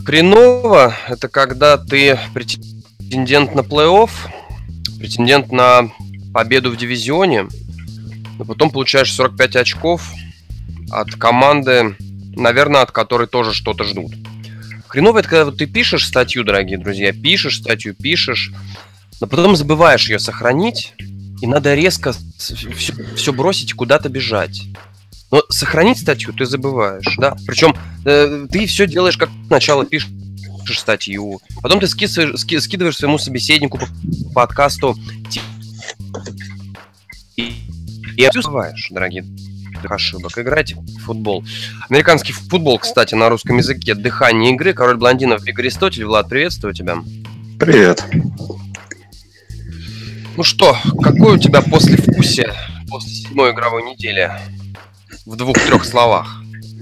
Хреново — это когда ты претендент на плей-офф, претендент на победу в дивизионе, но потом получаешь 45 очков от команды, наверное, от которой тоже что-то ждут. Хреново — это когда вот ты пишешь статью, дорогие друзья, пишешь, но потом забываешь ее сохранить, и надо резко все бросить и куда-то бежать. Но сохранить статью ты забываешь, да? Причем ты все делаешь, как сначала пишешь статью, потом ты скидываешь своему собеседнику по подкасту и забываешь, дорогие ошибок. Играйте в футбол. Американский футбол, кстати, на русском языке. Дыхание игры. Король блондинов Биг Аристотель. Влад, приветствую тебя. Привет. Ну что, какое у тебя послевкусие после 7-й игровой недели? В 2-3 словах.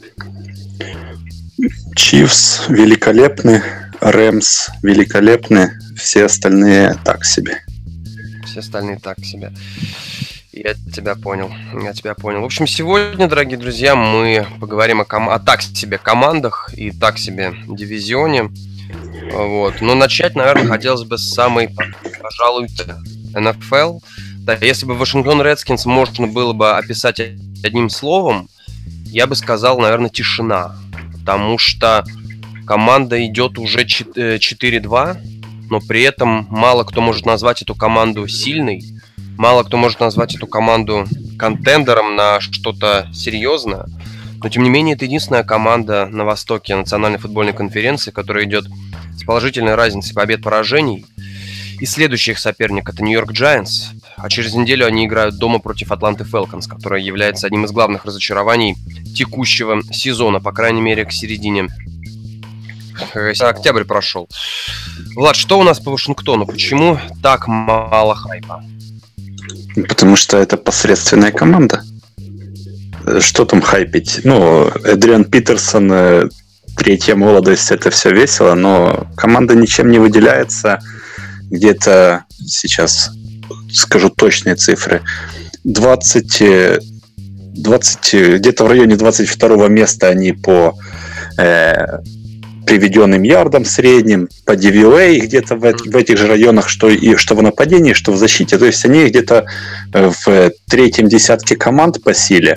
Чивс великолепны, Рэмс великолепны, все остальные так себе. Все остальные так себе. Я тебя понял. В общем, сегодня, дорогие друзья, мы поговорим о так себе командах и так себе дивизионе. Вот. Но начать, наверное, хотелось бы с самой, пожалуй, НФЛ. Да, если бы Вашингтон Редскинс можно было бы описать одним словом, я бы сказал, наверное, тишина. Потому что команда идет уже 4-2, но при этом мало кто может назвать эту команду сильной. Мало кто может назвать эту команду контендером на что-то серьезное. Но, тем не менее, это единственная команда на востоке Национальной футбольной конференции, которая идет с положительной разницей побед-поражений. И следующий их соперник – это Нью-Йорк Джайантс. А через неделю они играют дома против Атланты Фэлконс, которая является одним из главных разочарований текущего сезона, по крайней мере, к середине. Октябрь прошел. Влад, что у нас по Вашингтону? Почему так мало хайпа? Потому что это посредственная команда. Что там хайпить? Эдриан Питерсон, третья молодость, это все весело, но команда ничем не выделяется. Где-то, сейчас скажу точные цифры, 20 где-то в районе 22 места они по приведенным ярдам средним, по DVOA где-то в этих же районах, что в нападении, что в защите. То есть они где-то в третьем десятке команд по силе.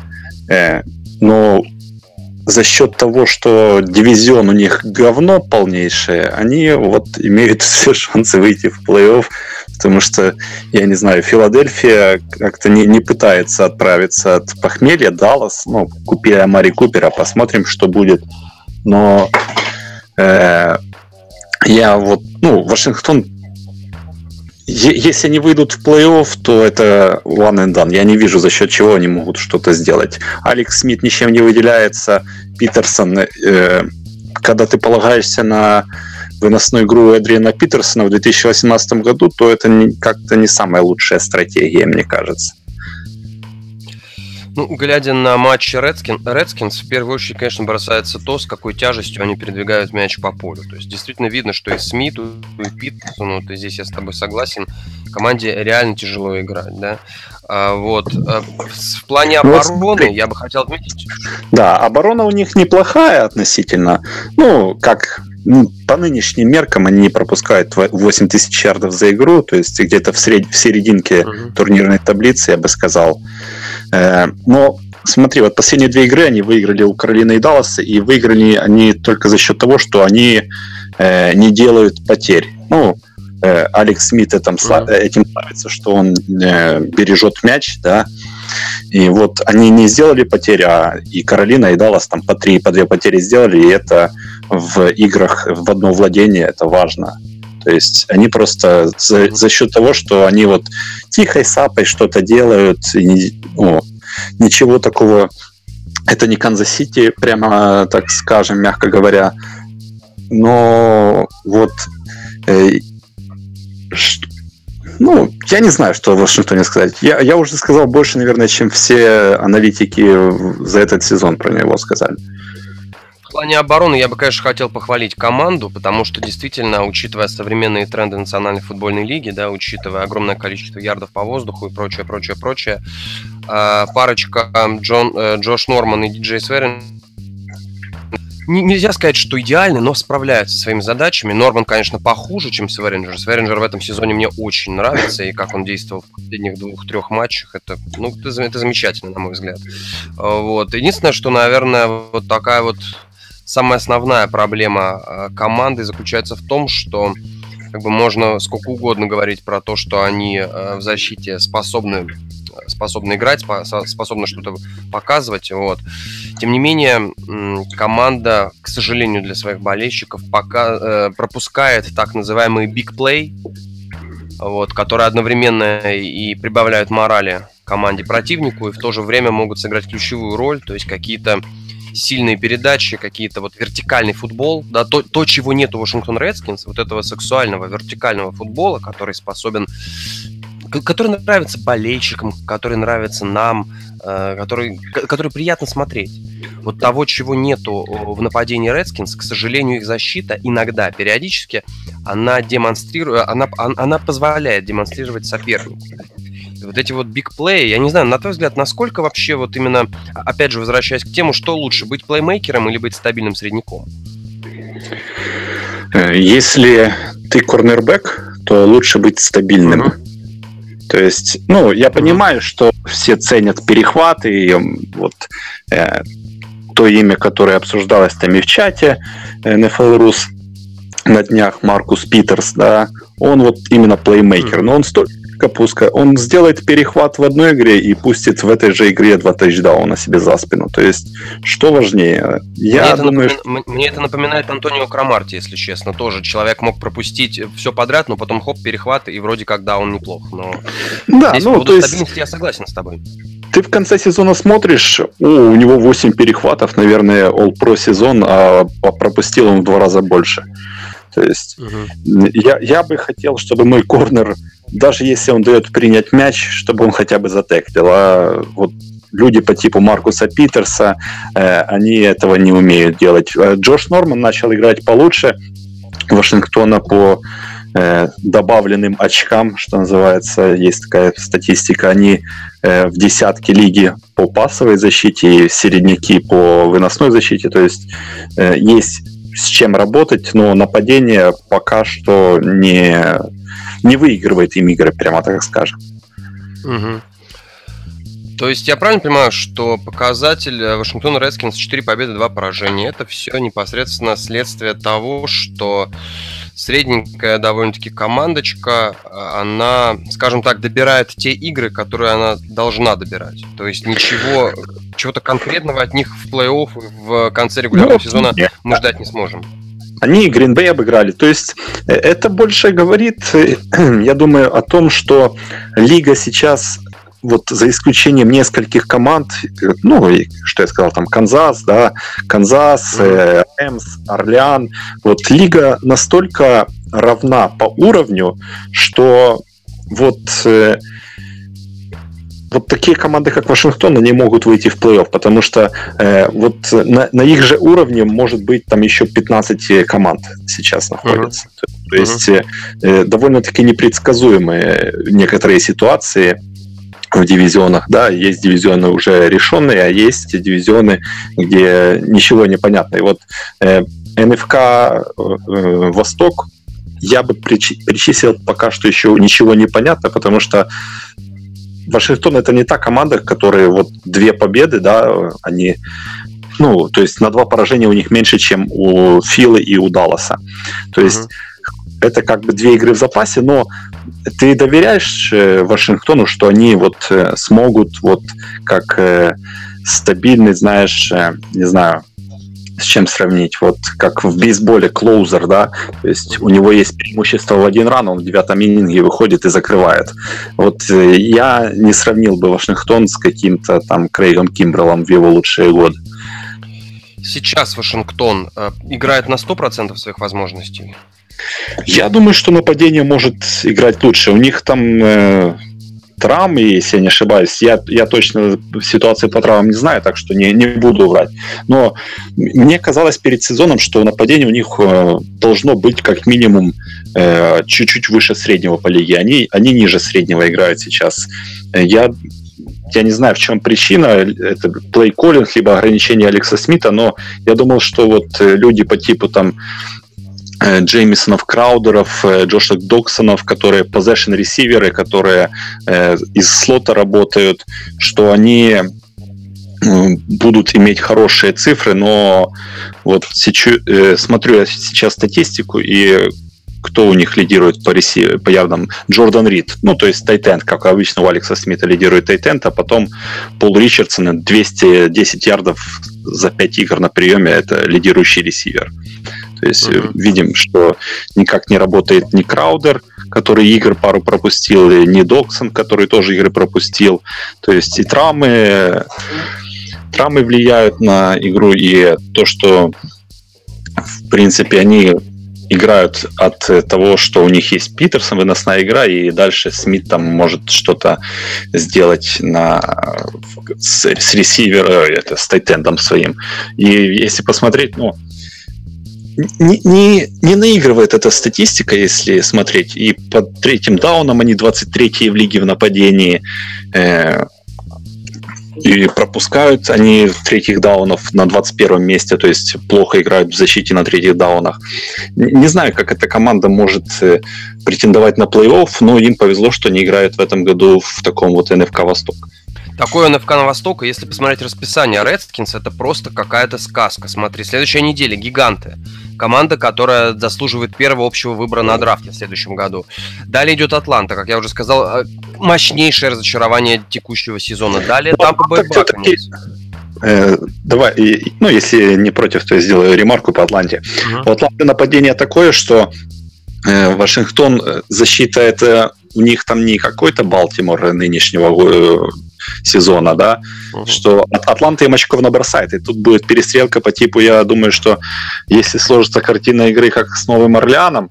Но за счет того, что дивизион у них говно полнейшее, они вот имеют все шансы выйти в плей-офф, потому что, я не знаю, Филадельфия как-то не пытается отправиться от похмелья. Даллас, купи Амари Купера, посмотрим, что будет. Но Вашингтон, если они выйдут в плей-офф, то это one and done. Я не вижу, за счет чего они могут что-то сделать. Алекс Смит ничем не выделяется. Питерсон, когда ты полагаешься на выносную игру Эдриана Питерсона в 2018 году, то это как-то не самая лучшая стратегия, мне кажется. Глядя на матч Редскинс, в первую очередь, конечно, бросается то, с какой тяжестью они передвигают мяч по полю. То есть действительно видно, что и Смиту, и Питерсону, здесь я с тобой согласен, команде реально тяжело играть, да. В плане обороны я бы хотел отметить. Да, оборона у них неплохая относительно. По нынешним меркам они не пропускают 8 тысяч ярдов за игру, то есть где-то в серединке турнирной таблицы, я бы сказал. Но смотри, вот последние 2 игры они выиграли у Каролины и Далласа, и выиграли они только за счет того, что они не делают потерь. Алекс Смит этим славится, что он бережет мяч, да. И вот они не сделали потерь, а и Каролина, и Даллас там по 2 потери сделали, и это в играх в одно владение, это важно. То есть они просто за счет того, что они вот тихой сапой что-то делают, ничего такого. Это не Канзас-Сити, прямо так скажем, мягко говоря. Но я не знаю, что в Вашингтоне сказать. Я уже сказал больше, наверное, чем все аналитики за этот сезон про него сказали. В плане обороны я бы, конечно, хотел похвалить команду, потому что действительно, учитывая современные тренды Национальной футбольной лиги, да, учитывая огромное количество ярдов по воздуху и прочее, парочка Джош Норман и Диджей Сверин нельзя сказать, что идеальны, но справляются со своими задачами. Норман, конечно, похуже, чем Сверинджер. Сверинджер в этом сезоне мне очень нравится, и как он действовал в последних 2-3 матчах, это замечательно, на мой взгляд. Вот. Единственное, что, наверное, вот такая вот самая основная проблема команды заключается в том, что как бы можно сколько угодно говорить про то, что они в защите способны играть, способны что-то показывать. Вот. Тем не менее, команда, к сожалению, для своих болельщиков пропускает так называемый big play, вот, которые одновременно и прибавляют морали команде противнику, и в то же время могут сыграть ключевую роль, то есть какие-то сильные передачи, какие-то вот вертикальный футбол, да, то, чего нет у Вашингтон Редскинс, вот этого сексуального вертикального футбола, который нравится болельщикам, который нравится нам, который приятно смотреть. Вот того, чего нету в нападении Редскинс, к сожалению, их защита иногда, периодически, она позволяет демонстрировать сопернику. Вот эти вот биг-плеи, я не знаю, на твой взгляд, насколько вообще вот именно, опять же, возвращаясь к тему, что лучше, быть плеймейкером или быть стабильным средняком? Если ты корнербэк, то лучше быть стабильным. То есть, я понимаю, что все ценят перехваты, и вот то имя, которое обсуждалось там и в чате NFL Rus на днях, Маркус Питерс, да, он вот именно плеймейкер, но он он сделает перехват в одной игре и пустит в этой же игре 2 тачдауна себе за спину. То есть, что важнее? Мне это напоминает Антонио Крамарти, если честно. Тоже человек мог пропустить все подряд, но потом хоп, перехват, и вроде как, да, он неплох. Но здесь по поводу стабильности я согласен с тобой. Ты в конце сезона смотришь, у него 8 перехватов, наверное, All-Pro сезон, а пропустил он в 2 раза больше. То есть я бы хотел, чтобы мой корнер, даже если он дает принять мяч, чтобы он хотя бы затеклил. А вот люди по типу Маркуса Питерса, они этого не умеют делать. Джош Норман начал играть получше Вашингтона по добавленным очкам, что называется. Есть такая статистика. Они в десятке лиги по пасовой защите и середняки по выносной защите. То есть есть с чем работать, но нападение пока что не выигрывает им игры, прямо так скажем. То есть я правильно понимаю, что показатель Вашингтон Редскинс 4 победы, 2 поражения, это все непосредственно следствие того, что средненькая довольно-таки командочка, она, скажем так, добирает те игры, которые она должна добирать. То есть чего-то конкретного от них в плей-офф в конце регулярного сезона мы ждать не сможем. Они Green Bay обыграли. То есть это больше говорит, я думаю, о том, что лига сейчас, вот за исключением нескольких команд, что я сказал, там Канзас, Рэмс, Орлеан, вот лига настолько равна по уровню, что вот такие команды, как Вашингтон, они могут выйти в плей-офф, потому что на их же уровне может быть там еще 15 команд сейчас находятся. То есть довольно-таки непредсказуемые некоторые ситуации в дивизионах, да, есть дивизионы уже решенные, а есть дивизионы, где ничего не понятно. И вот НФК Восток я бы причислил пока что еще ничего не понятно, потому что Вашингтон — это не та команда, которые вот 2 победы, да, они, то есть на 2 поражения у них меньше, чем у Филы и у Далласа. То есть это как бы 2 игры в запасе, но ты доверяешь Вашингтону, что они вот смогут вот как стабильный, знаешь, не знаю, с чем сравнить, вот как в бейсболе клоузер, да, то есть у него есть преимущество в 1 ран, он в 9-м иннинге выходит и закрывает. Вот я не сравнил бы Вашингтон с каким-то там Крейгом Кимбреллом в его лучшие годы. Сейчас Вашингтон играет на 100% своих возможностей? Я думаю, что нападение может играть лучше. У них там травмы, если я не ошибаюсь. Я точно ситуацию по травмам не знаю, так что не буду врать. Но мне казалось перед сезоном, что нападение у них должно быть как минимум чуть-чуть выше среднего по лиге. Они ниже среднего играют сейчас. Я я не знаю, в чем причина, это плей-коллинг, либо ограничение Алекса Смита, но я думал, что вот люди по типу там Джеймисонов, Краудеров, Джоша Доксонов, которые possession-ресиверы, которые из слота работают, что они будут иметь хорошие цифры, но вот смотрю я сейчас статистику, и кто у них лидирует по явным? Джордан Рид. Ну, то есть тайтенд, как обычно у Алекса Смита лидирует тайтенд, а потом Пол Ричардсон 210 ярдов за 5 игр на приеме, это лидирующий ресивер. То есть видим, что никак не работает ни Краудер, который игр пару пропустил, ни Доксон, который тоже игры пропустил. То есть и травмы влияют на игру, и то, что в принципе они играют от того, что у них есть Питерсон, выносная игра, и дальше Смит там может что-то сделать с ресивера, с тайтендом своим. И если посмотреть, не наигрывает эта статистика, если смотреть. И под третьим дауном они 23-е в лиге в нападении. И пропускают они третьих даунов на 21-м месте, то есть плохо играют в защите на третьих даунах. Не знаю, как эта команда может претендовать на плей-офф, но им повезло, что они играют в этом году в таком вот НФК Восток. Такое НФК на Востока, если посмотреть расписание Redskins, это просто какая-то сказка. Смотри, следующая неделя, Гиганты. Команда, которая заслуживает первого общего выбора на драфте в следующем году. Далее идет Атланта, как я уже сказал, мощнейшее разочарование текущего сезона. Далее Тампа Бэй Бакнерс. Давай, если не против, то я сделаю ремарку по Атланте. У Атланты нападение такое, что Вашингтон, защита это у них там не какой-то Балтимор нынешнего сезона, да, что Атланта им очков набросает, и тут будет перестрелка по типу, я думаю, что если сложится картина игры, как с Новым Орлеаном,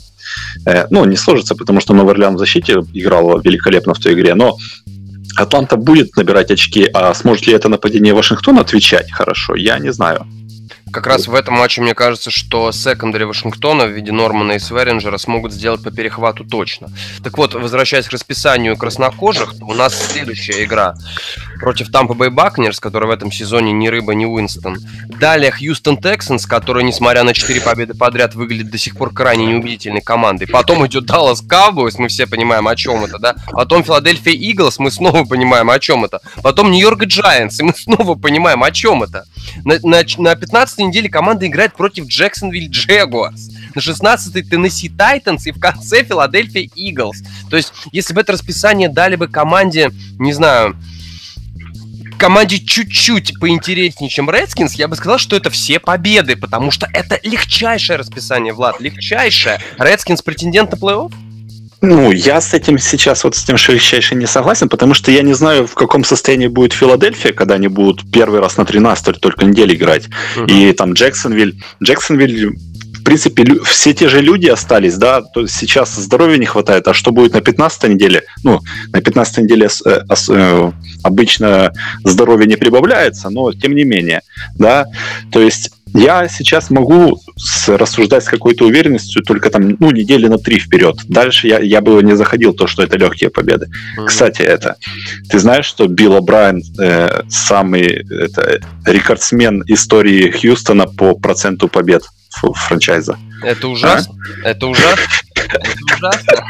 не сложится, потому что Новый Орлеан в защите играл великолепно в той игре, но Атланта будет набирать очки, а сможет ли это нападение Вашингтона отвечать хорошо, я не знаю. Как раз в этом матче мне кажется, что секондари Вашингтона в виде Нормана и Сверинджера смогут сделать по перехвату точно. Так вот, возвращаясь к расписанию краснокожих, у нас следующая игра против Тампа Бэй Бакнерс, которая в этом сезоне ни рыба, ни Уинстон. Далее Хьюстон Тексанс, который, несмотря на 4 победы подряд, выглядит до сих пор крайне неубедительной командой. Потом идет Даллас Cowboys, мы все понимаем, о чем это, да? Потом Филадельфия Иглс, мы снова понимаем, о чем это. Потом Нью-Йорк Джайантс, и мы снова понимаем, о чем это. На 15-й неделе команда играет против Джексонвилл Джегуарс, на 16-й Теннесси Тайтанс и в конце Филадельфия Иглс. То есть, если бы это расписание дали бы команде, не знаю, команде чуть-чуть поинтереснее, чем Redskins, я бы сказал, что это все победы, потому что это легчайшее расписание, Влад, легчайшее. Redskins претендент на плей-офф? Я с этим сейчас вот с тем шелещайше не согласен, потому что я не знаю, в каком состоянии будет Филадельфия, когда они будут первый раз на 13-й только неделе играть. И там Джексонвилл, в принципе, все те же люди остались, да, то сейчас здоровья не хватает, а что будет на 15-й неделе? На 15-й неделе обычно здоровье не прибавляется, но тем не менее, да, то есть я сейчас могу рассуждать с какой-то уверенностью только там, недели на 3 вперед. Дальше я бы не заходил то, что это легкие победы. Кстати, ты знаешь, что Билл О'Брайен самый рекордсмен истории Хьюстона по проценту побед франчайза? Это ужасно. Это ужасно. Это ужасно.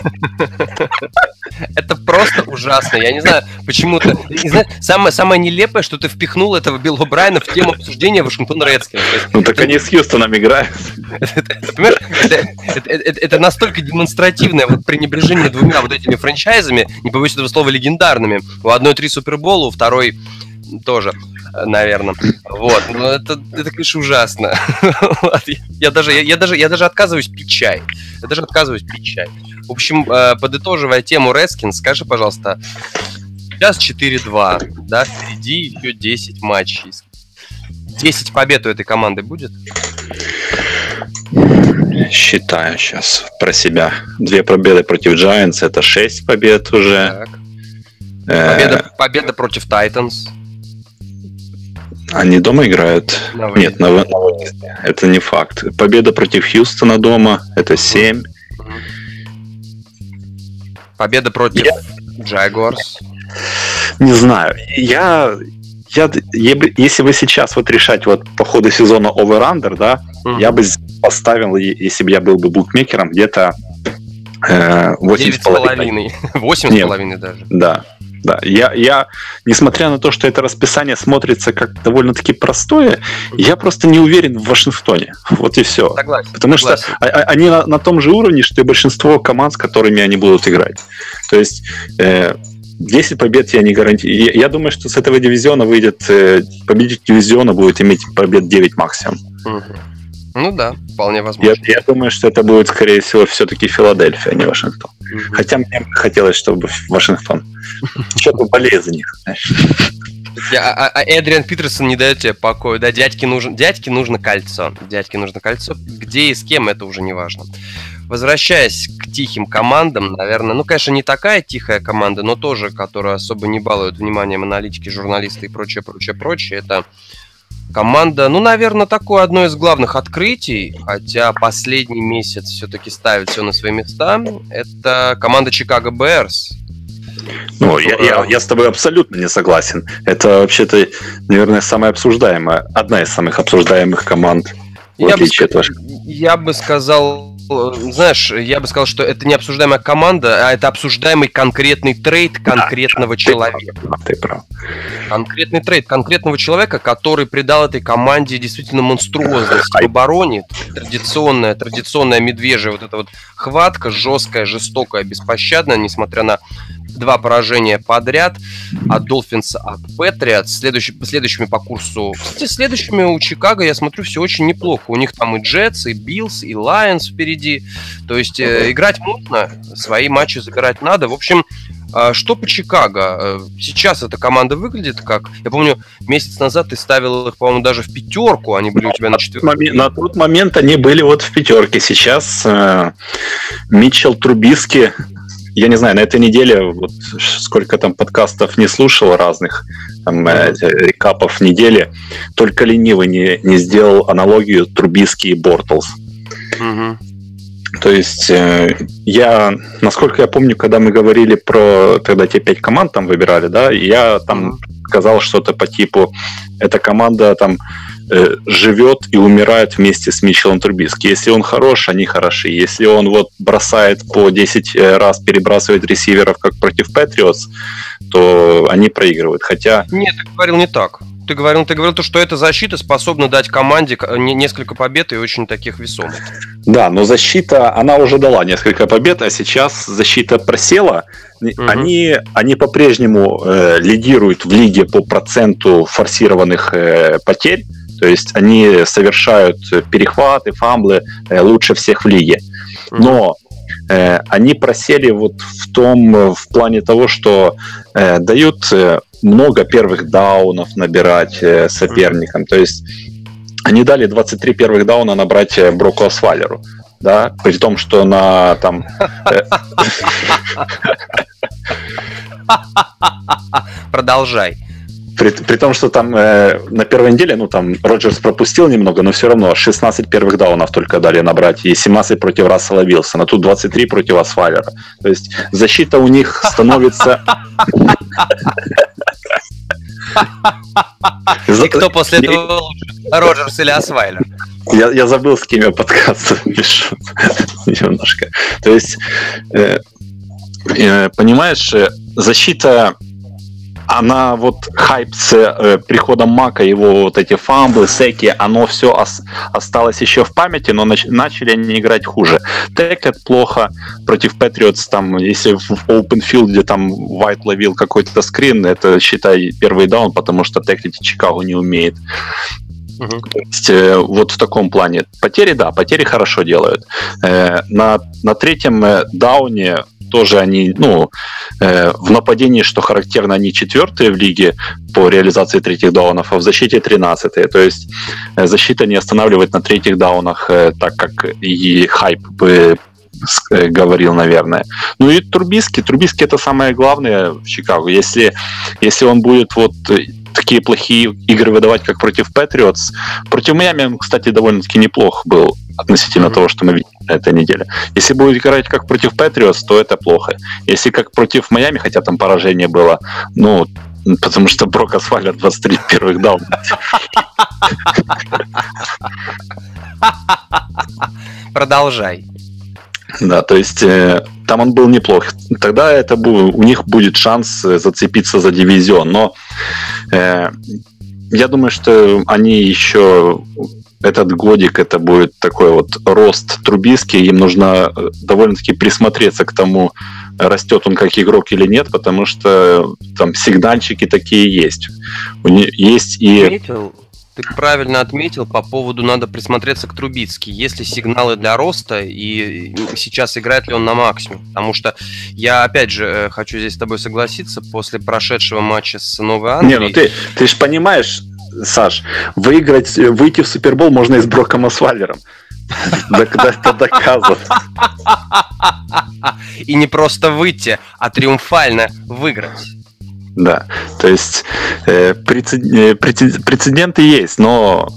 Это просто ужасно. Я не знаю, почему-то... Самое нелепое, что ты впихнул этого Билла О'Брайена в тему обсуждения Вашингтон Редскинс. Так они с Хьюстоном играют. Это настолько демонстративное пренебрежение двумя вот этими франчайзами, не побоюсь этого слова, легендарными. У одной 3 супербола, у второй тоже, наверное. Вот. Но это конечно, ужасно. Я даже отказываюсь пить чай. В общем, подытоживая тему Redskins, скажи, пожалуйста, сейчас 4-2, да, впереди еще 10 матчей. 10 побед у этой команды будет? Считаю сейчас про себя. 2 победы против Giants, это 6 побед уже. Победа против Titans. Они дома играют? Нет, на выезде. Это не факт. Победа против Хьюстона дома, это 7. Победа против Jaguars. Не знаю. Если бы сейчас вот решать вот по ходу сезона over-under, да, я бы поставил, если бы я был бы букмекером, где-то 8,5. 8,5 даже. Да. Я, несмотря на то, что это расписание смотрится как довольно-таки простое, я просто не уверен в Вашингтоне. Вот и все. Согласен. Потому что они на том же уровне, что и большинство команд, с которыми они будут играть. То есть 10 побед я не гарантирую. Я думаю, что с этого дивизиона выйдет, победитель дивизиона будет иметь побед 9 максимум. Ну да, вполне возможно. Я думаю, что это будет, скорее всего, все-таки Филадельфия, а не Вашингтон. Хотя мне бы хотелось, чтобы Вашингтон. Что-то болеет за них, знаешь. Эдриан Питерсон не дает тебе покоя. Да, дядьке нужно кольцо. Дядьке нужно кольцо. Где и с кем, это уже не важно. Возвращаясь к тихим командам, наверное, ну, конечно, не такая тихая команда, но тоже, которая особо не балует вниманием аналитики, журналисты и прочее. Это команда, ну, наверное, такое одно из главных открытий, хотя последний месяц все-таки ставит все на свои места. Это команда Chicago Bears. Ну, я с тобой абсолютно не согласен. Это вообще-то, наверное, одна из самых обсуждаемых команд. Я бы сказал, что это не обсуждаемая команда, а это обсуждаемый конкретный трейд конкретного человека. Ты прав. Конкретный трейд конкретного человека, который придал этой команде действительно монструозность в обороне. Традиционная медвежья вот эта вот хватка, жесткая, жестокая, беспощадная, несмотря на 2 поражения подряд от Dolphins, от Patriots. Следующими по курсу. Кстати, следующими у Чикаго, я смотрю, все очень неплохо. У них там и Jets, и Bills, и Lions впереди. То есть играть можно, свои матчи забирать надо. В общем, что по Чикаго? Сейчас эта команда выглядит как... Я помню, месяц назад ты ставил их, по-моему, даже в 5, они были у тебя на 4. На тот момент они были вот в 5. Сейчас Митчелл Трубиски, я не знаю, на этой неделе вот сколько там подкастов не слушал разных, там, рекапов недели, только ленивый не сделал аналогию Трубиски и Бортлс. То есть насколько я помню, когда мы говорили тогда те 5 команд там выбирали, да, я там сказал что-то по типу, эта команда там живет и умирает вместе с Митчеллом Трубиски. Если он хорош, они хороши. Если он вот бросает по 10 раз, перебрасывает ресиверов, как против Patriots, то они проигрывают. Хотя... Нет, ты говорил не так. Ты говорил то, что эта защита способна дать команде несколько побед и очень таких весомых. Да, но защита, она уже дала несколько побед, а сейчас защита просела. Они по-прежнему лидируют в лиге по проценту форсированных потерь. То есть они совершают перехваты, фамблы лучше всех в лиге. Но они просели вот в плане того, что дают много первых даунов набирать соперникам. То есть они дали 23 первых дауна набрать Броку Освайлеру. Да? При том, что на там... Продолжай. При том, что там на первой неделе, ну там Роджерс пропустил немного, но все равно 16 первых даунов только дали набрать, и 17 против Рассела Вилсона, тут 23 против Освайлера. То есть защита у них становится... И кто после этого лучше, Роджерс или Освайлер? Я забыл, с кем я подкаст пишу немножко. То есть, понимаешь, защита... Она вот хайп с приходом Мака, его вот эти фамблы, секи, оно все осталось еще в памяти, но начали они играть хуже. Теклят плохо против Patriots, там, если в open field, там White ловил какой-то скрин, это, считай, первый даун, потому что теклить Чикаго не умеет. То есть, вот в таком плане. Потери хорошо делают. На 3-м дауне тоже они, в нападении, что характерно, они 4-е в лиге по реализации 3-х даунов, а в защите 13-е. То есть защита не останавливает на 3-х даунах, так как и хайп бы говорил, наверное. Ну и Трубиски это самое главное в Чикаго. Если он будет вот такие плохие игры выдавать, как против Patriots, против Майами он, кстати, довольно-таки неплох был относительно того, что мы видим. на этой неделе. Если будет играть как против Патриотс, то это плохо. Если как против Майами, хотя там поражение было, ну, потому что Брок Освайлер 23 первых даун. Продолжай. Да, то есть там он был неплох. Тогда это у них будет шанс зацепиться за дивизион. Но я думаю, что они еще этот годик, это будет такой вот рост Трубиски. Им нужно довольно-таки присмотреться к тому, растет он как игрок или нет, потому что там сигнальчики такие есть. Есть и... Ты правильно отметил по поводу надо присмотреться к Трубицки. Есть ли сигналы для роста и сейчас играет ли он на максимум? Потому что я, опять же, хочу здесь с тобой согласиться, после прошедшего матча с Новой Англией... Не, ну ты же понимаешь, Саш, выйти в Супербол можно и с Броком Освайлером. Это доказано. И не просто выйти, а триумфально выиграть. Да, то есть прецеденты есть, но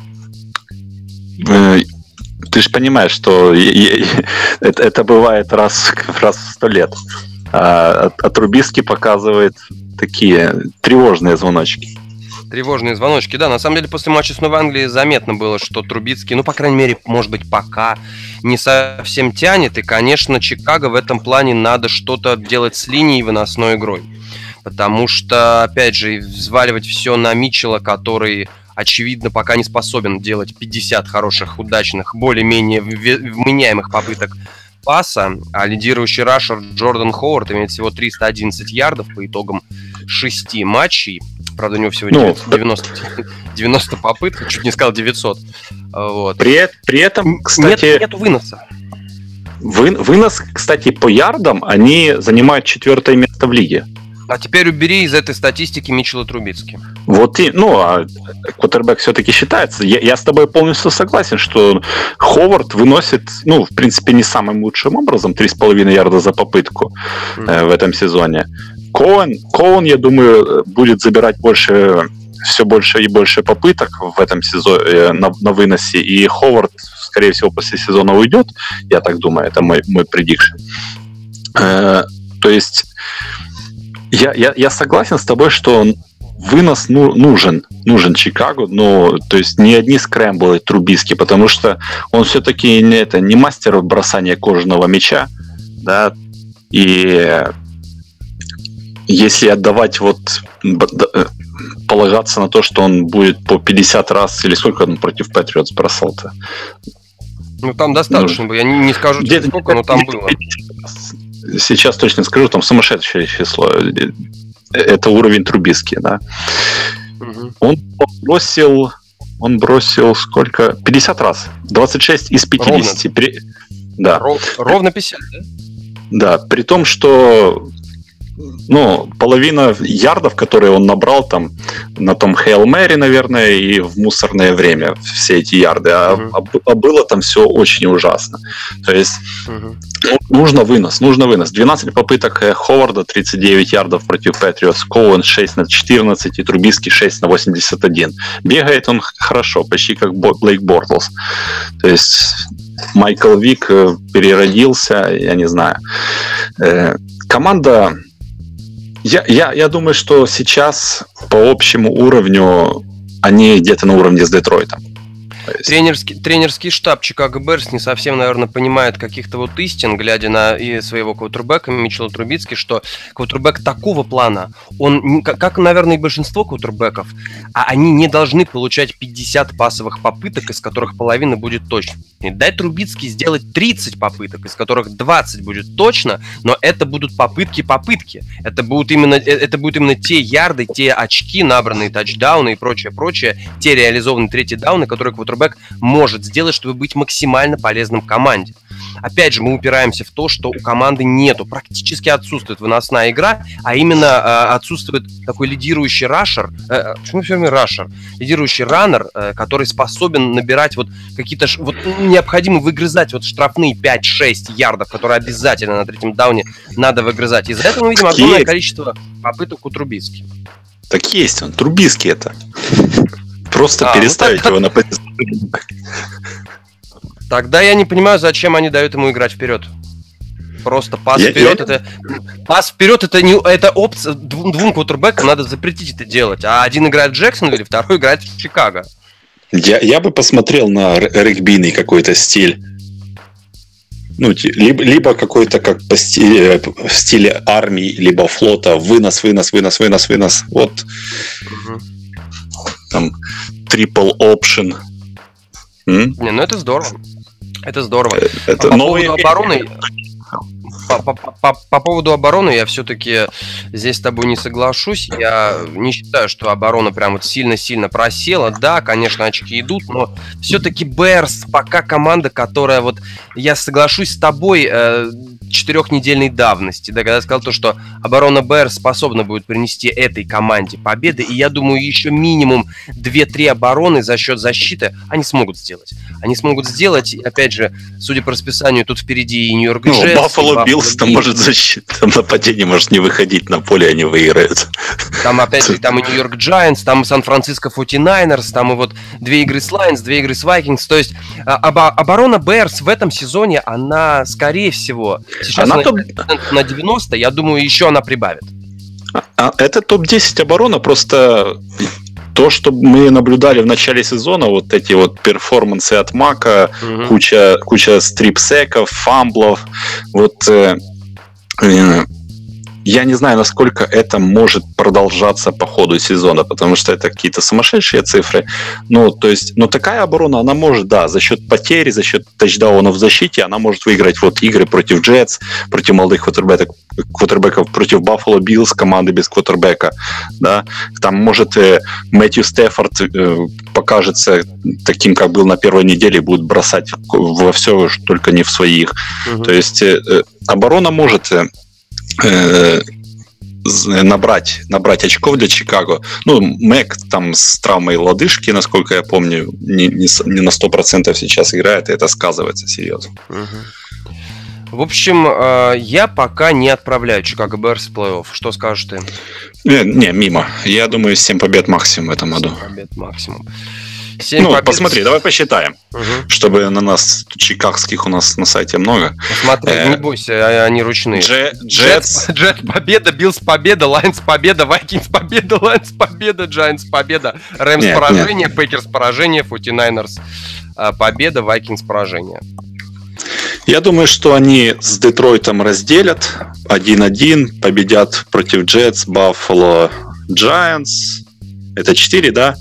ты же понимаешь, что это бывает раз в 100 лет. А Трубиски показывает такие тревожные звоночки. Тревожные звоночки, да. На самом деле, после матча с Новой Англией заметно было, что Трубицкий, ну, по крайней мере, может быть, пока не совсем тянет. И, конечно, Чикаго в этом плане надо что-то делать с линией выносной игрой. Потому что, опять же, взваливать все на Митчелла, который, очевидно, пока не способен делать 50 хороших, удачных, более-менее вменяемых попыток паса, а лидирующий рашер Джордан Ховард имеет всего 311 ярдов по итогам 6 матчей. Правда, у него всего 90 попыток, чуть не сказал 900. Вот. При этом, кстати... Нету выноса. Вынос, кстати, по ярдам они занимают 4-е место в лиге. А теперь убери из этой статистики Митчелла Трубицки. Вот и, а квотербек все-таки считается. Я с тобой полностью согласен, что Ховард выносит, в принципе, не самым лучшим образом 3,5 ярда за попытку в этом сезоне. Коэн, я думаю, будет забирать все больше и больше попыток в этом сезоне на выносе, и Ховард, скорее всего, после сезона уйдет. Я так думаю, это мой предикшн. То есть я согласен с тобой, что вынос нужен Чикаго, но то есть не одни скрэмблы Трубиски, потому что он все-таки не мастер бросания кожаного мяча, да, и если отдавать полагаться на то, что он будет по 50 раз, или сколько он против Патриотс бросал-то? Ну, там достаточно было. Я не скажу, сколько, но там было. Сейчас точно скажу, там сумасшедшее число. Это уровень Трубиски, да. Угу. Он бросил сколько? 50 раз. 26 из 50. Да. Ровно 50, да? Да, при том, что половина ярдов, которые он набрал там на том Hail Mary, наверное, и в мусорное время, все эти ярды, а было там все очень ужасно. То есть нужно вынос. 12 попыток Ховарда, 39 ярдов против Патриотс, Коуэн 6 на 14 и Трубиски 6 на 81. Бегает он хорошо, почти как Блейк Бортлс. То есть Майкл Вик переродился, я не знаю. Команда... Я думаю, что сейчас по общему уровню они где-то на уровне с Детройтом. Тренерский штаб Чикаго Берс не совсем, наверное, понимает каких-то истин, глядя на своего квотербека Митчелла Трубицки, что квотербек такого плана, он, как, наверное, и большинство квотербеков, они не должны получать 50 пасовых попыток, из которых половина будет точной. Дай Трубицки сделать 30 попыток, из которых 20 будет точно, но это будут попытки. Это будут именно те ярды, те очки, набранные тачдауны и прочее, те реализованные третьи дауны, которые квотербек может сделать, чтобы быть максимально полезным команде. Опять же, мы упираемся в то, что у команды практически отсутствует выносная игра, а именно отсутствует такой лидирующий рашер, почему все время рашер? Лидирующий раннер, который способен набирать какие-то, необходимо выгрызать штрафные 5-6 ярдов, которые обязательно на третьем дауне надо выгрызать. Из-за этого мы видим огромное количество попыток у Трубицки. Так есть он, Трубицки это. Просто переставить его на позицию. Тогда я не понимаю, зачем они дают ему играть вперед. Просто пас вперед это не это опция. Двум квотербекам надо запретить это делать. А один играет в Джексонвилле, второй играет в Чикаго. Я бы посмотрел на регбийный какой-то стиль. Ну, либо какой-то как в стиле армии, либо флота. Вынос. Вот. Там triple option. Не, ну это здорово. Это здорово. Это по новые поводу обороны. По поводу обороны я все-таки здесь с тобой не соглашусь. Я не считаю, что оборона прям вот сильно-сильно просела. Да, конечно, очки идут, но все-таки Берс пока команда, которая вот... Я соглашусь с тобой 4-недельной давности, да, когда я сказал то, что оборона Берс способна будет принести этой команде победы, и я думаю, еще минимум 2-3 обороны за счет защиты они смогут сделать. Они смогут сделать, и, опять же, судя по расписанию, тут впереди и Нью-Йорк Джетс. Баффало Биллс, там может защита, там нападение может не выходить на поле, они выиграют. Там, опять же, там и Нью-Йорк Giants, там и Сан-Франциско 49ers, там и вот 2 игры с Lions, 2 игры с Vikings. То есть оборона Bears в этом сезоне, она, скорее всего, сейчас она на 90, я думаю, еще она прибавит. Это топ-10 оборона, просто то, что мы наблюдали в начале сезона, вот эти вот перформансы от Мака, куча стрип-секов, фамблов, вот я не знаю, насколько это может продолжаться по ходу сезона, потому что это какие-то сумасшедшие цифры. Ну, то есть, но такая оборона, она может, да, за счет потери, за счет тачдаунов в защите, она может выиграть вот игры против Джетс, против молодых квотербеков, против Баффало Биллс, команды без квотербека, да. Там может Мэтью Стефорд покажется таким, как был на первой неделе, будет бросать во все, только не в своих. То есть оборона может набрать очков для Чикаго. Ну, Мэк там с травмой лодыжки, насколько я помню, не на 100% сейчас играет, и это сказывается серьезно. В общем, я пока не отправляю Чикаго Берс в плей-офф. Что скажешь ты? Не, мимо. Я думаю, 7 побед максимум в этом году. 7 побед максимум. Посмотри, давай посчитаем, чтобы на нас, чикагских у нас на сайте много. Посмотри, не бойся, они ручные. Джетс победа, Биллс победа, Лайнс победа, Вайкингс победа, Лайнс победа, Giants победа, Рэмс поражение, Пейкерс поражение, 49ers победа, Вайкингс поражение. Я думаю, что они с Детройтом разделят 1-1, победят против Джетс, Баффало, Giants. Это 4, да?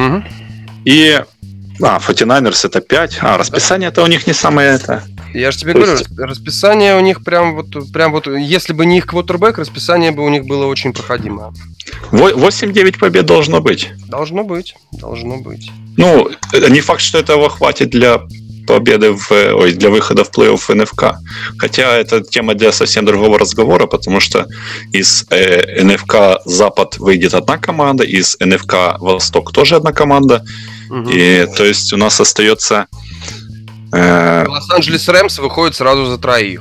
И 49ers это 5. Расписание-то у них не самое это. Я же тебе говорю, расписание у них прям вот, если бы не их квотербэк, расписание бы у них было очень проходимое. 8-9 побед должно быть. Должно быть. Ну, не факт, что этого хватит для победы для выхода в плей-офф НФК. Хотя это тема для совсем другого разговора, потому что из НФК Запад выйдет одна команда, из НФК Восток тоже одна команда. И то есть у нас остается... Лос-Анджелес Рэмс выходит сразу за 3.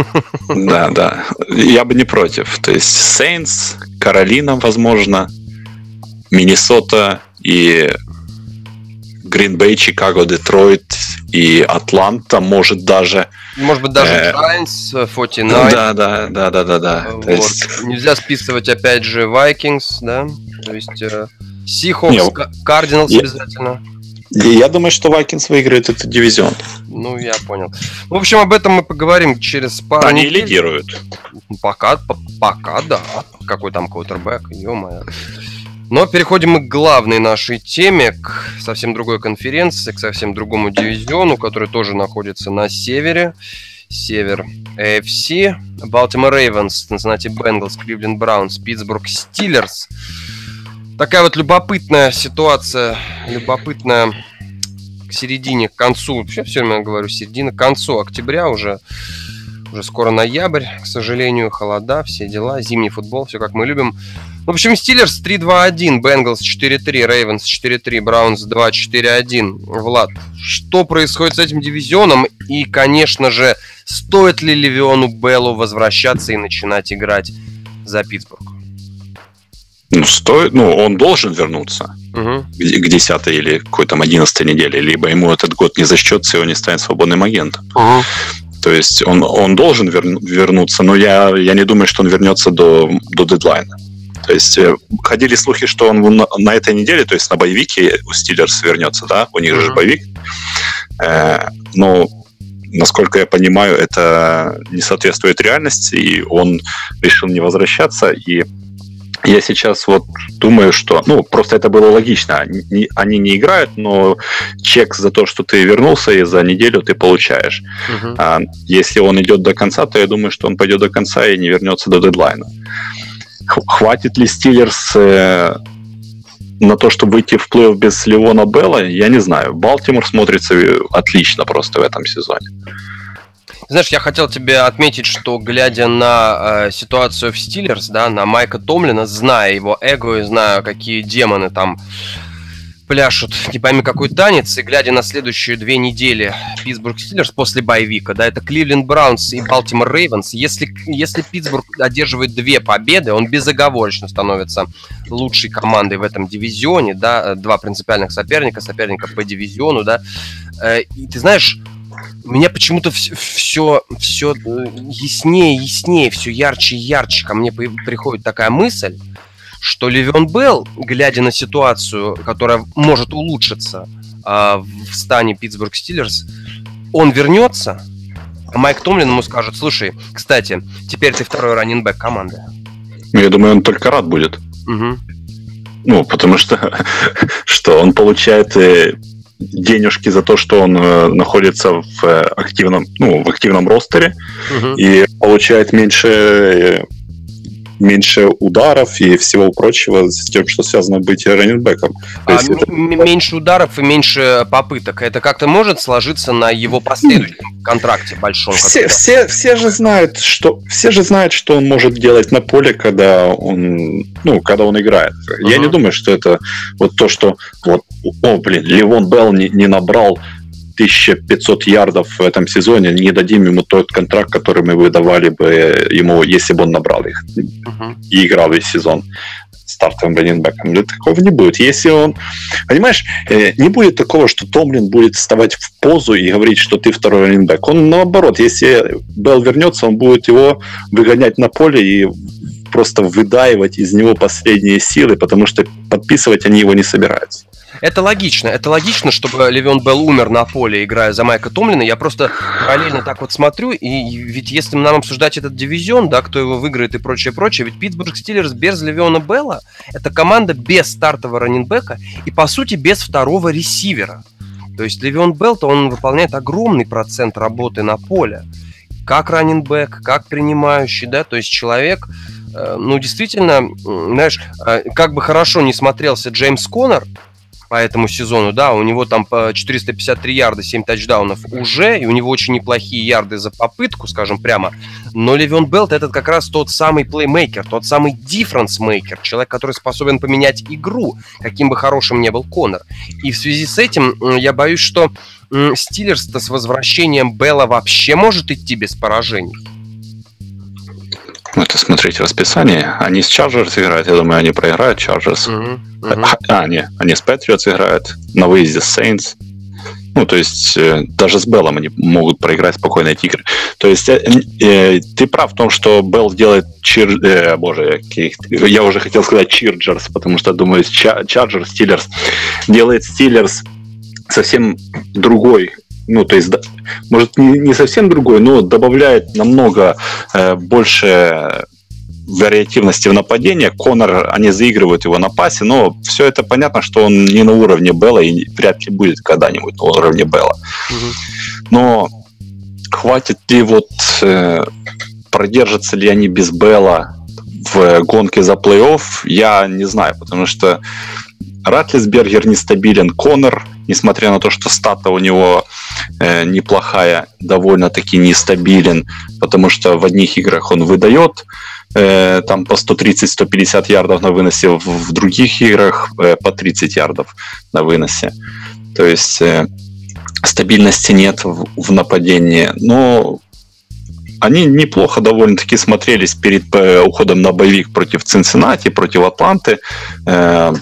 Да. Я бы не против. То есть Сейнтс, Каролина, возможно, Миннесота и Грин-Бэй, Чикаго, Детройт и Атланта, может даже... Может быть, даже Giants, 49. Да. Вот. Нельзя списывать, опять же, Vikings, да? То есть Seahawks, Cardinals обязательно. Я думаю, что Vikings выиграет этот дивизион. Ну, я понял. В общем, об этом мы поговорим через пару недель. Они лидируют. Пока, да. Какой там квотербэк, ё-моё. Но переходим мы к главной нашей теме, к совсем другой конференции, к совсем другому дивизиону, который тоже находится на севере. Север AFC. Baltimore Ravens, Cincinnati Bengals, Cleveland Browns, Pittsburgh Steelers. Такая вот любопытная ситуация, любопытная к середине, к концу, вообще все время говорю середина, к концу октября уже скоро ноябрь, к сожалению, холода, все дела, зимний футбол, все как мы любим. В общем, Steelers 3-2-1, Bengals 4-3, Ravens 4-3, Browns 2-4-1. Влад, что происходит с этим дивизионом? И, конечно же, стоит ли Левиону Беллу возвращаться и начинать играть за Питтсбург? Стоит, он должен вернуться. к 10 или какой там 11 неделе, либо ему этот год не зачтется, и он не станет свободным агентом. То есть он должен вернуться, но я не думаю, что он вернется до дедлайна. То есть ходили слухи, что он на этой неделе, то есть на боевике у Стиллерс вернется, да, у них же боевик. Но, насколько я понимаю, это не соответствует реальности, и он решил не возвращаться, и я сейчас вот думаю, что... просто это было логично. Они не играют, но чек за то, что ты вернулся, и за неделю ты получаешь. А если он идет до конца, то я думаю, что он пойдет до конца и не вернется до дедлайна. Хватит ли Стиллерс на то, чтобы выйти в плей-офф без Левона Белла, я не знаю. Балтимор смотрится отлично просто в этом сезоне. Знаешь, я хотел тебе отметить, что, глядя на ситуацию в Стиллерс, да, на Майка Томлина, зная его эго и зная, какие демоны там пляшут, не пойми какой танец, и глядя на следующие 2 недели Питтсбург Стиллерс после боевика, да, это Кливленд Браунс и Балтимор Рейвенс, если Питтсбург одерживает 2 победы, он безоговорочно становится лучшей командой в этом дивизионе, да, 2 принципиальных соперника по дивизиону, да, и ты знаешь, у меня почему-то все яснее, все ярче и ярче ко мне приходит такая мысль, что Левон Белл, глядя на ситуацию, которая может улучшиться в стане Питтсбург Стиллерс, он вернется, а Майк Томлин ему скажет: слушай, кстати, теперь ты второй раннинбэк команды. Я думаю, он только рад будет. Потому что он получает денежки за то, что он находится в активном ростере и получает меньше ударов и всего прочего с тем, что связано быть раннинбэком. Меньше ударов и меньше попыток. Это как-то может сложиться на его последующем контракте большом? Все же знают, что он может делать на поле, когда он играет. Я не думаю, что это вот то, что Левон Белл не набрал 1500 ярдов в этом сезоне, не дадим ему тот контракт, который мы выдавали бы ему, если бы он набрал их и играл весь сезон стартовым раннинбэком. Такого не будет. Если он... Понимаешь, не будет такого, что Томлин будет вставать в позу и говорить, что ты второй раннинбэк. Он наоборот, если Белл вернется, он будет его выгонять на поле и просто выдаивать из него последние силы, потому что подписывать они его не собираются. Это логично, чтобы Левон Белл умер на поле, играя за Майка Томлина. Я просто параллельно так вот смотрю, и ведь если нам обсуждать этот дивизион, да, кто его выиграет и прочее, ведь Питтсбург Стиллерс без Левона Белла — это команда без стартового раннинбэка и, по сути, без второго ресивера. То есть Левон Белл-то он выполняет огромный процент работы на поле. Как раннинбэк, как принимающий, да, то есть человек, действительно, знаешь, как бы хорошо не смотрелся Джеймс Коннор по этому сезону, да, у него там по 453 ярда, 7 тачдаунов уже, и у него очень неплохие ярды за попытку, скажем прямо, но Левон Белл — это как раз тот самый плеймейкер, тот самый дифференс-мейкер, человек, который способен поменять игру, каким бы хорошим ни был Коннор. И в связи с этим я боюсь, что Стиллерс-то с возвращением Белла вообще может идти без поражений. Это смотреть расписание. Они с Чарджерс играют, я думаю, они проиграют Чарджерс. Они с Патриотс играют, на выезде с Сейнтс. То есть даже с Беллом они могут проиграть спокойно эти игры. То есть ты прав в том, что Белл делает я уже хотел сказать Чирджерс, потому что, думаю, Чарджерс, Стиллерс делает Стиллерс совсем другой. То есть, может, не совсем другой, но добавляет намного больше вариативности в нападении. Коннор, они заигрывают его на пасе, но все это понятно, что он не на уровне Белла и вряд ли будет когда-нибудь на уровне Белла. Но хватит ли продержатся ли они без Белла в гонке за плей-офф, я не знаю, потому что Ратлисбергер нестабилен, Коннор, несмотря на то, что стата у него неплохая, довольно-таки нестабилен, потому что в одних играх он выдает там по 130-150 ярдов на выносе, в других играх по 30 ярдов на выносе. То есть стабильности нет в нападении, но они неплохо довольно-таки смотрелись перед уходом на боевик против Цинциннати, против Атланты.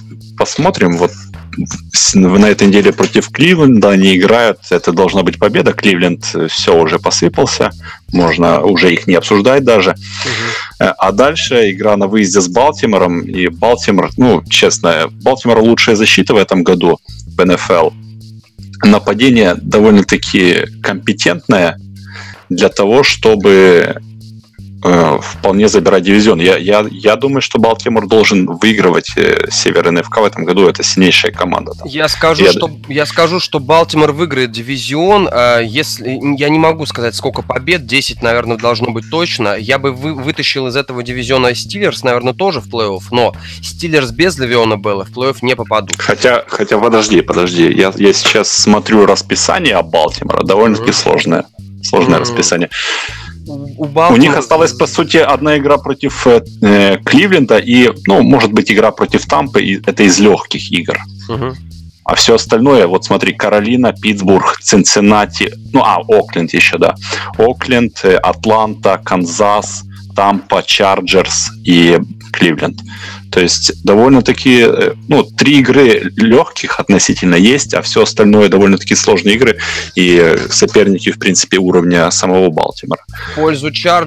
посмотрим. Вот на этой неделе против Кливленда они играют. Это должна быть победа. Кливленд все уже посыпался. Можно уже их не обсуждать даже. А дальше игра на выезде с Балтимором. И Балтимор, честно, Балтимор лучшая защита в этом году в НФЛ. Нападение довольно-таки компетентное для того, чтобы вполне забирать дивизион. Я думаю, что Балтимор должен выигрывать Север НФК в этом году. Это сильнейшая команда. Там. Я скажу, что Балтимор выиграет дивизион. Если я не могу сказать, сколько побед, 10, наверное, должно быть точно. Я бы вытащил из этого дивизиона Стиллерс, наверное, тоже в плей-офф, но Стиллерс без Левиона Белла в плей-офф не попадут. Хотя подожди. Я сейчас смотрю расписание Балтимора. Довольно-таки сложное расписание. У них осталась, по сути, одна игра против Кливленда и, может быть, игра против Тампы. Это из легких игр. А все остальное, вот смотри, Каролина, Питтсбург, Цинциннати, Окленд еще, да. Окленд, Атланта, Канзас, Тампа, Чарджерс и Кливленд. То есть довольно-таки, 3 игры легких относительно есть, а все остальное довольно-таки сложные игры и соперники, в принципе, уровня самого Балтимора. В пользу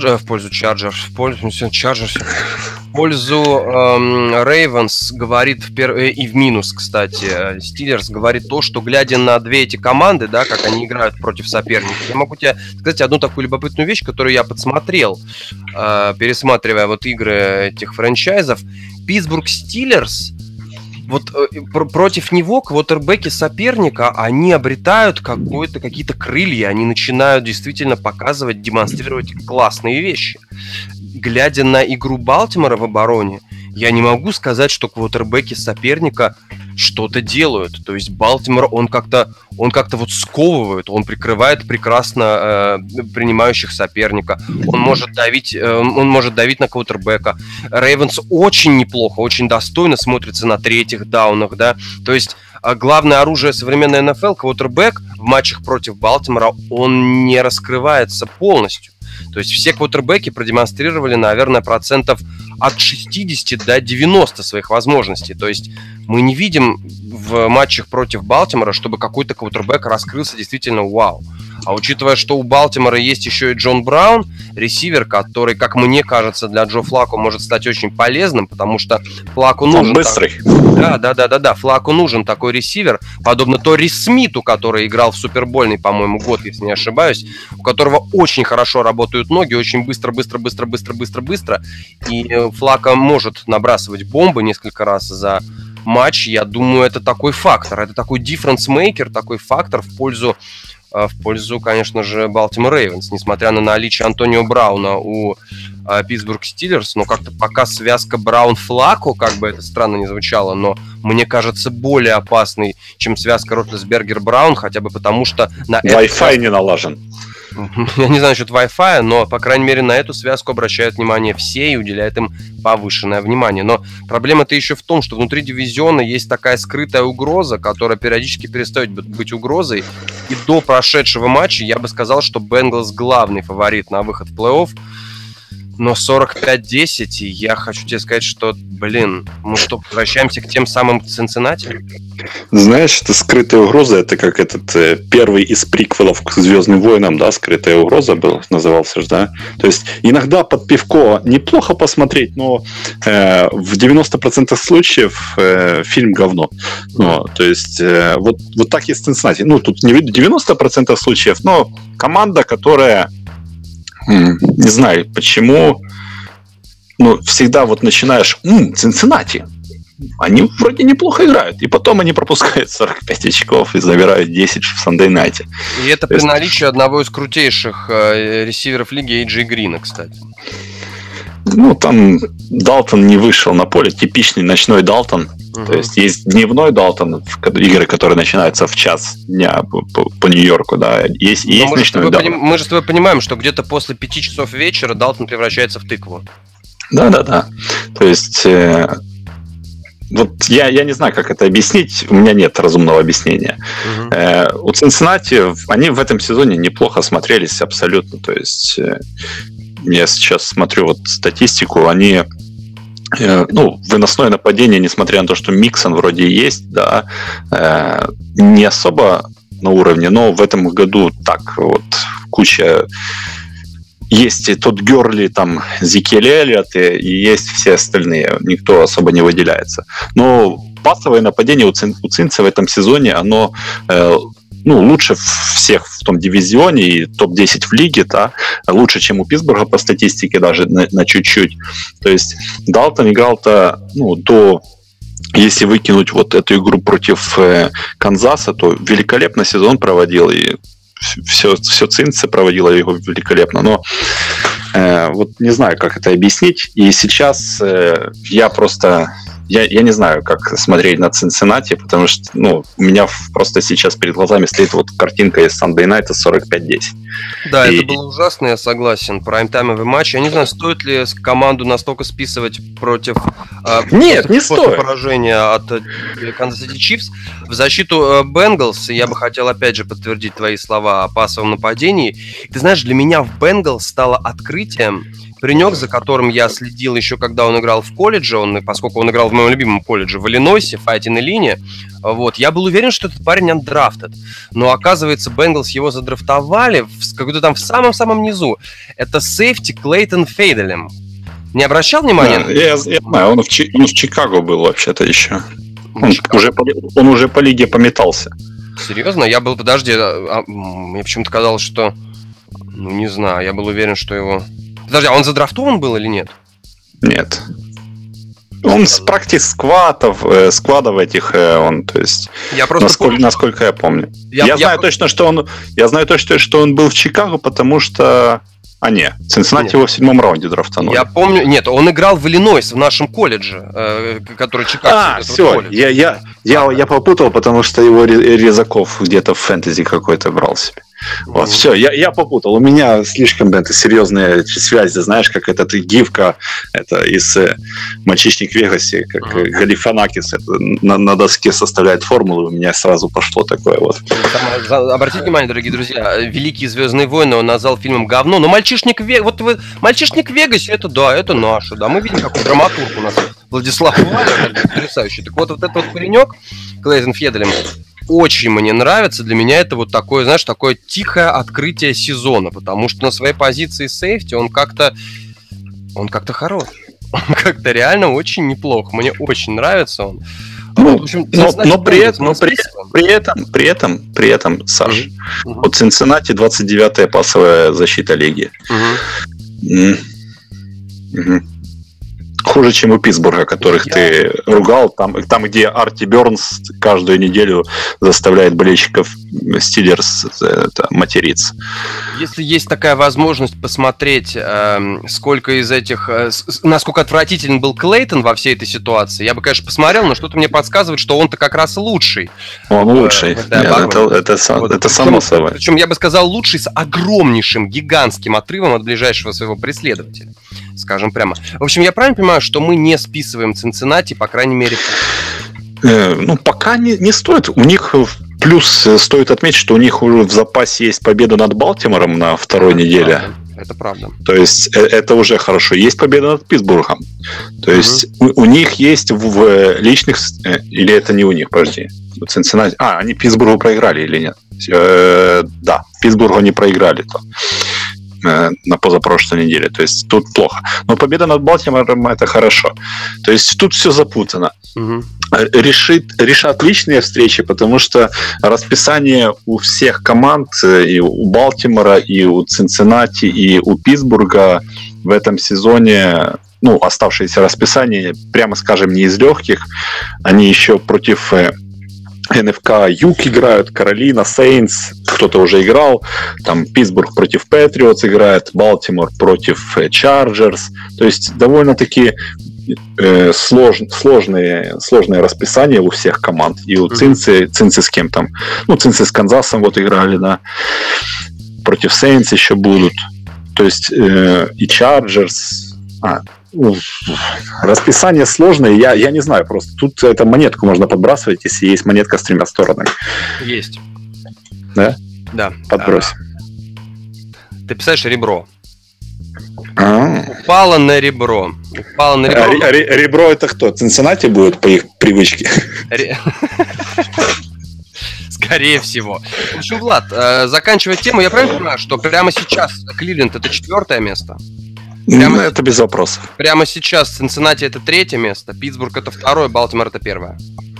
Рейвенс говорит, и в минус, кстати, Стиллерс говорит то, что, глядя на две эти команды, да, как они играют против соперников, я могу тебе сказать одну такую любопытную вещь, которую я подсмотрел, пересматривая вот игры этих франчайзов. Питтсбург Стиллерс, вот против него квотербеки соперника, они обретают какие-то крылья, они начинают действительно показывать, демонстрировать классные вещи. Глядя на игру Балтимора в обороне, я не могу сказать, что квотербеки соперника что-то делают. То есть Балтимор, он как-то вот сковывает, он прикрывает прекрасно принимающих соперника. Он может давить на квотербека. Рейвенс очень неплохо, очень достойно смотрится на третьих даунах, да. То есть главное оружие современной НФЛ, квотербек, в матчах против Балтимора, он не раскрывается полностью. То есть все квотербеки продемонстрировали, наверное, процентов от 60 до 90 своих возможностей. То есть мы не видим в матчах против Балтимора, чтобы какой-то квотербек раскрылся действительно вау. А учитывая, что у Балтимора есть еще и Джон Браун, ресивер, который, как мне кажется, для Джо Флако может стать очень полезным, потому что Флако нужен... Он быстрый. Да, Флако нужен такой ресивер, подобно Торри Смиту, который играл в супербольный, по-моему, год, если не ошибаюсь, у которого очень хорошо работают ноги, очень быстро. И Флако может набрасывать бомбы несколько раз за матч. Я думаю, это такой фактор, это такой difference-maker, такой фактор в пользу, конечно же, Балтимор Рейвенс, несмотря на наличие Антонио Брауна у Питтсбург Стиллерс, но как-то пока связка Браун-Флако, как бы это странно не звучало, но мне кажется более опасной, чем связка Ротлесбергер-Браун, хотя бы потому что на Wi-Fi не налажен. Я не знаю насчет Wi-Fi, но, по крайней мере, на эту связку обращают внимание все и уделяют им повышенное внимание. Но проблема-то еще в том, что внутри дивизиона есть такая скрытая угроза, которая периодически перестает быть угрозой. И до прошедшего матча я бы сказал, что Бенглс главный фаворит на выход в плей-офф. Но 45-10, и я хочу тебе сказать, что, мы что, возвращаемся к тем самым Цинциннати? Знаешь, это скрытая угроза, это как первый из приквелов к «Звездным войнам», да, скрытая угроза назывался же, да? То есть иногда под пивко неплохо посмотреть, но в 90% случаев фильм говно. То есть вот так и с Цинциннати. Тут не 90% случаев, но команда, которая... Не знаю, почему, всегда вот начинаешь, Цинциннати, они вроде неплохо играют, и потом они пропускают 45 очков и забирают 10 в Sunday Night. И это при наличии одного из крутейших ресиверов лиги Эйджи Грина, кстати. Там Далтон не вышел на поле, типичный ночной Далтон. То есть есть дневной Далтон, игры, которые начинаются в час дня по Нью-Йорку, да. Есть ночной Далтон. Мы же с тобой понимаем, что где-то после 5 часов вечера Далтон превращается в тыкву. Да. То есть вот я не знаю, как это объяснить, у меня нет разумного объяснения. У Цинциннати они в этом сезоне неплохо смотрелись абсолютно. То есть я сейчас смотрю вот статистику, они выносное нападение, несмотря на то, что Миксон вроде есть, да, не особо на уровне, но в этом году так вот куча... Есть и тот Герли, там, Зикель Эллиот, и есть все остальные. Никто особо не выделяется. Но пасовое нападение у Цинца в этом сезоне, оно лучше всех в том дивизионе и топ-10 в лиге, да, лучше, чем у Питтсбурга по статистике даже на чуть-чуть. То есть Далтон играл-то если выкинуть вот эту игру против Канзаса, то великолепно сезон проводил, и все Цинце проводило его великолепно. Но вот не знаю, как это объяснить. И сейчас я не знаю, как смотреть на Цинциннати, потому что у меня просто сейчас перед глазами стоит вот картинка из Sunday Night 45-10. Да, это было ужасно, я согласен. Прайм-таймовый матч. Я не знаю, стоит ли команду настолько списывать против поражения от Kansas City Chiefs. В защиту Бенгалс я бы хотел опять же подтвердить твои слова о пасовом нападении. Ты знаешь, для меня в Бенгалс стало открытием паренек, за которым я следил еще, когда он играл в колледже, поскольку он играл в моем любимом колледже в Иллинойсе, в Fighting Illini, я был уверен, что этот парень unddrafted. Но оказывается, Бенгалс его задрафтовали какой-то там в самом-самом низу. Это сейфти Клейтон Фейделем. Не обращал внимания? Я знаю, он в Чикаго был вообще-то еще. Он уже по лиге пометался. Серьезно? Мне почему-то казалось, что... не знаю, я был уверен, что его... Подожди, а он задрафтован был или нет? Нет. Он с сквадов этих, то есть... Я просто насколько я помню. Я знаю точно, что он был в Чикаго, потому что... Цинциннати его в 7-м раунде драфтанули. Я помню... Нет, он играл в Иллинойс, в нашем колледже, который Чикаго. Все, я попутал, потому что его Резаков где-то в фэнтези какой-то брал себе. Вот, все, я попутал. У меня слишком серьезные связи, знаешь, как этот гифка из «Мальчишник в Вегасе», как Галифанакис на доске составляет формулы, у меня сразу пошло такое вот. Обратите внимание, дорогие друзья, «Великие звездные войны» он назвал фильмом говно, но «Мальчишник в Вегасе», «Мальчишник в Вегасе» это наше, да, мы видим, какой драматург у нас Владислав Валя, потрясающий. Так вот этот вот паренек, Клейтон Фейделем, очень мне нравится. Для меня это вот такое, знаешь, такое тихое открытие сезона, потому что на своей позиции сейфти он как-то хорош. Он как-то реально очень неплох. Мне очень нравится он. Но при этом, Саш, у Цинциннати 29-я пасовая защита лиги. Хуже, чем у Питтсбурга, которых ты ругал. Там, где Арти Бернс каждую неделю заставляет болельщиков Стиллерс материться. Если есть такая возможность посмотреть, сколько из этих... насколько отвратителен был Клейтон во всей этой ситуации, я бы, конечно, посмотрел, но что-то мне подсказывает, что он-то как раз лучший. Он лучший. Это само собой. Причем, я бы сказал, лучший с огромнейшим, гигантским отрывом от ближайшего своего преследователя. Скажем прямо. В общем, я правильно понимаю, что мы не списываем Цинциннати, по крайней мере? Пока не стоит. У них плюс стоит отметить, что у них уже в запасе есть победа над Балтимором на второй неделе. Это правда. То есть это уже хорошо. Есть победа над Питтсбургом. То есть у них есть в личных... Или это не у них, подожди. Цинциннати... они Питтсбургу проиграли или нет? Да, Питтсбургу не проиграли-то на позапрошлой неделе. То есть тут плохо. Но победа над Балтимором — это хорошо. То есть тут все запутано. Решат личные встречи, потому что расписание у всех команд, и у Балтимора, и у Цинциннати, и у Питтсбурга в этом сезоне, оставшееся расписание, прямо скажем, не из легких. Они еще против НФК Юг играют, Каролина, Сейнтс, кто-то уже играл, там Питтсбург против Патриотс играет, Балтимор против Чарджерс, то есть довольно-таки сложное расписание у всех команд, и у Цинцы с кем там, Цинцы с Канзасом вот играли, да, против Сейнтс еще будут, то есть и Чарджерс, расписание сложное, я не знаю, просто тут эту монетку можно подбрасывать, если есть монетка с 3 сторонами. Есть. Да? Да. Подбрось. Ты писаешь ребро. Упала на ребро. Ребро это кто? Цинциннати будет по их привычке? Скорее всего. В общем, Влад, заканчивая тему, я правильно понимаю, что прямо сейчас Кливленд это 4 место? Это без вопросов. Прямо сейчас Цинциннати это 3 место, Питтсбург это 2, Балтимор это 1.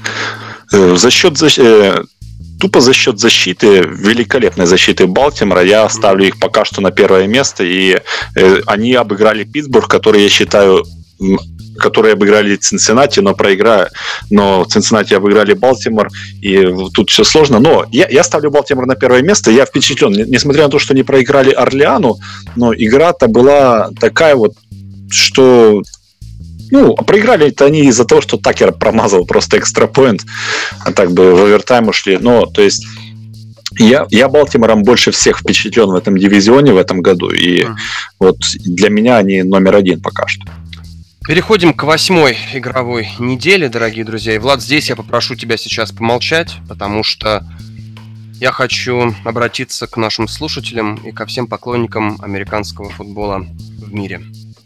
Тупо за счет защиты, великолепной защиты Балтимора, я ставлю их пока что на 1 место, и они обыграли Питтсбург, который, я считаю, которые обыграли Цинциннати, но Цинциннати обыграли Балтимор, и тут все сложно. Но я ставлю Балтимор на 1 место, я впечатлен, несмотря на то, что они проиграли Орлеану, но игра-то была такая вот, что... проиграли-то они из-за того, что Такер промазал просто экстрапоинт, а так бы в овертайм ушли. То есть я Балтимором больше всех впечатлен в этом дивизионе в этом году, и вот для меня они номер 1 пока что. Переходим к 8-й игровой неделе, дорогие друзья. И, Влад, здесь я попрошу тебя сейчас помолчать, потому что я хочу обратиться к нашим слушателям и ко всем поклонникам американского футбола в мире.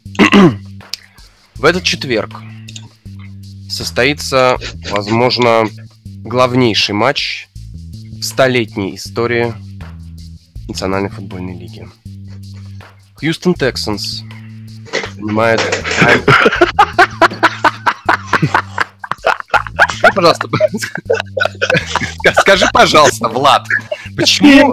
В этот четверг состоится, возможно, главнейший матч в 100-летней истории Национальной футбольной лиги. Хьюстон Texans занимает... Скажи, пожалуйста, Влад, почему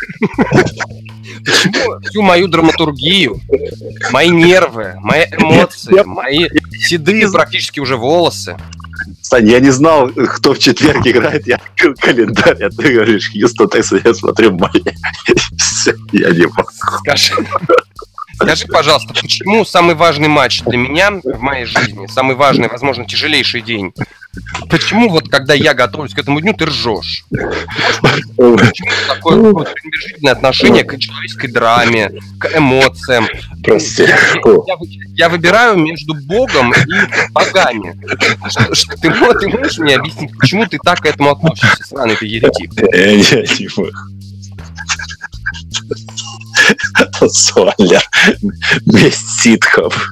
всю мою драматургию, мои нервы, мои эмоции, мои седые практически уже волосы... Сань, я не знал, кто в четверг играет, я открыл календарь, а ты говоришь, Хьюстон Texans, я смотрю, все, я не могу. Скажи, пожалуйста, почему самый важный матч для меня в моей жизни, самый важный, возможно, тяжелейший день, почему вот когда я готовлюсь к этому дню, ты ржешь? Почему такое пренебрежительное отношение к человеческой драме, к эмоциям? Прости. Я выбираю между Богом и богами. Ты можешь мне объяснить, почему ты так к этому относишься, сраный ты еретик? Я не могу. Солер. Месть ситхов.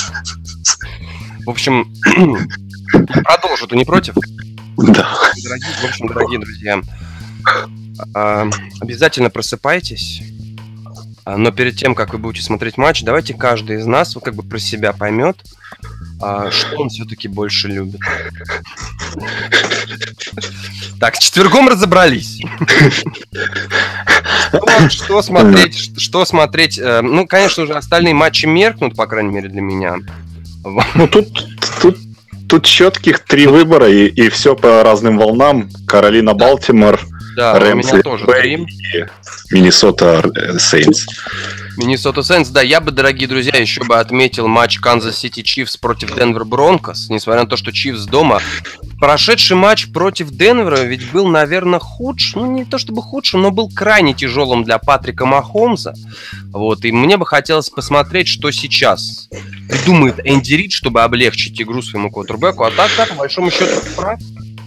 В общем, продолжу, ты не против? Да. В общем, дорогие друзья, обязательно просыпайтесь. Но перед тем, как вы будете смотреть матч, давайте каждый из нас как бы про себя поймет, что он все-таки больше любит. Так, с четвергом разобрались. Что смотреть? Ну, конечно же, остальные матчи меркнут, по крайней мере, для меня. Ну, тут четких 3 выбора, и все по разным волнам. Каролина, Балтимор, Рэмс, и Миннесота Сейнтс. Миннесота Сейнтс, да, я бы, дорогие друзья, еще бы отметил матч Канзас Сити Чифс против Денвер Бронкос, несмотря на то, что Чифс дома. Прошедший матч против Денвера ведь был, наверное, худшим, ну не то чтобы худшим, но был крайне тяжелым для Патрика Махомса. Вот, и мне бы хотелось посмотреть, что сейчас придумает Энди Рид, чтобы облегчить игру своему квотербеку, а так, по большому счету, прав.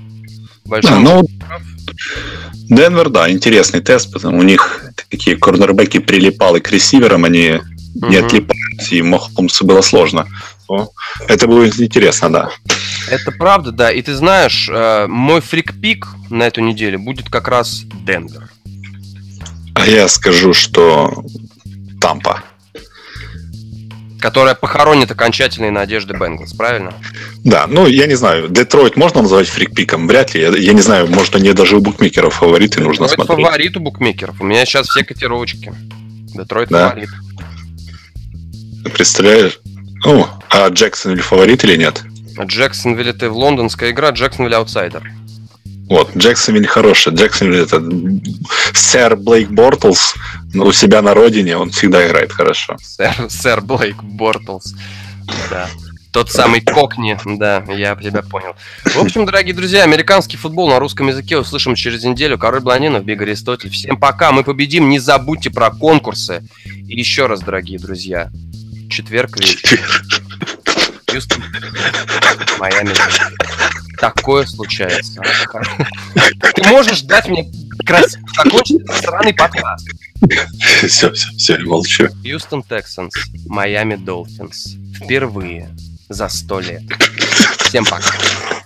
Денвер, да, интересный тест, потому у них такие корнербеки прилипалы к ресиверам, они не отлипаются, и Махомсу было сложно. Это будет интересно, да. Это правда, да. И ты знаешь, мой фрик-пик на эту неделю будет как раз Денвер. А я скажу, что Тампа. Которая похоронит окончательные надежды Бенглс, правильно? Да, ну, я не знаю, Детройт можно назвать фрик-пиком? Вряд ли. Я не знаю, может, они даже у букмекеров фавориты, нужно смотреть. Фаворит у букмекеров. У меня сейчас все котировочки. Детройт фаворит. Ты представляешь? Ну, а Джексонвилл фаворит или нет? Джексонвилл это лондонская игра, Джексонвилл аутсайдер. Вот, Джексонвилл хороший. Джексонвилл это сэр Блейк Бортлс у себя на родине, он всегда играет хорошо. Сэр Блейк Бортлс. Да. Тот самый Кокни, да, я тебя понял. В общем, дорогие друзья, американский футбол на русском языке услышим через неделю. Король Блондинов, Биг Аристотель. Всем пока, мы победим, не забудьте про конкурсы. И еще раз, дорогие друзья, четверг вечер. Хьюстон, Майами. Такое случается. Ты можешь дать мне красиво закончить этот сраный подкаст? Все, я молчу. Хьюстон Texans, Майами Dolphins. Впервые за 100 лет. Всем пока.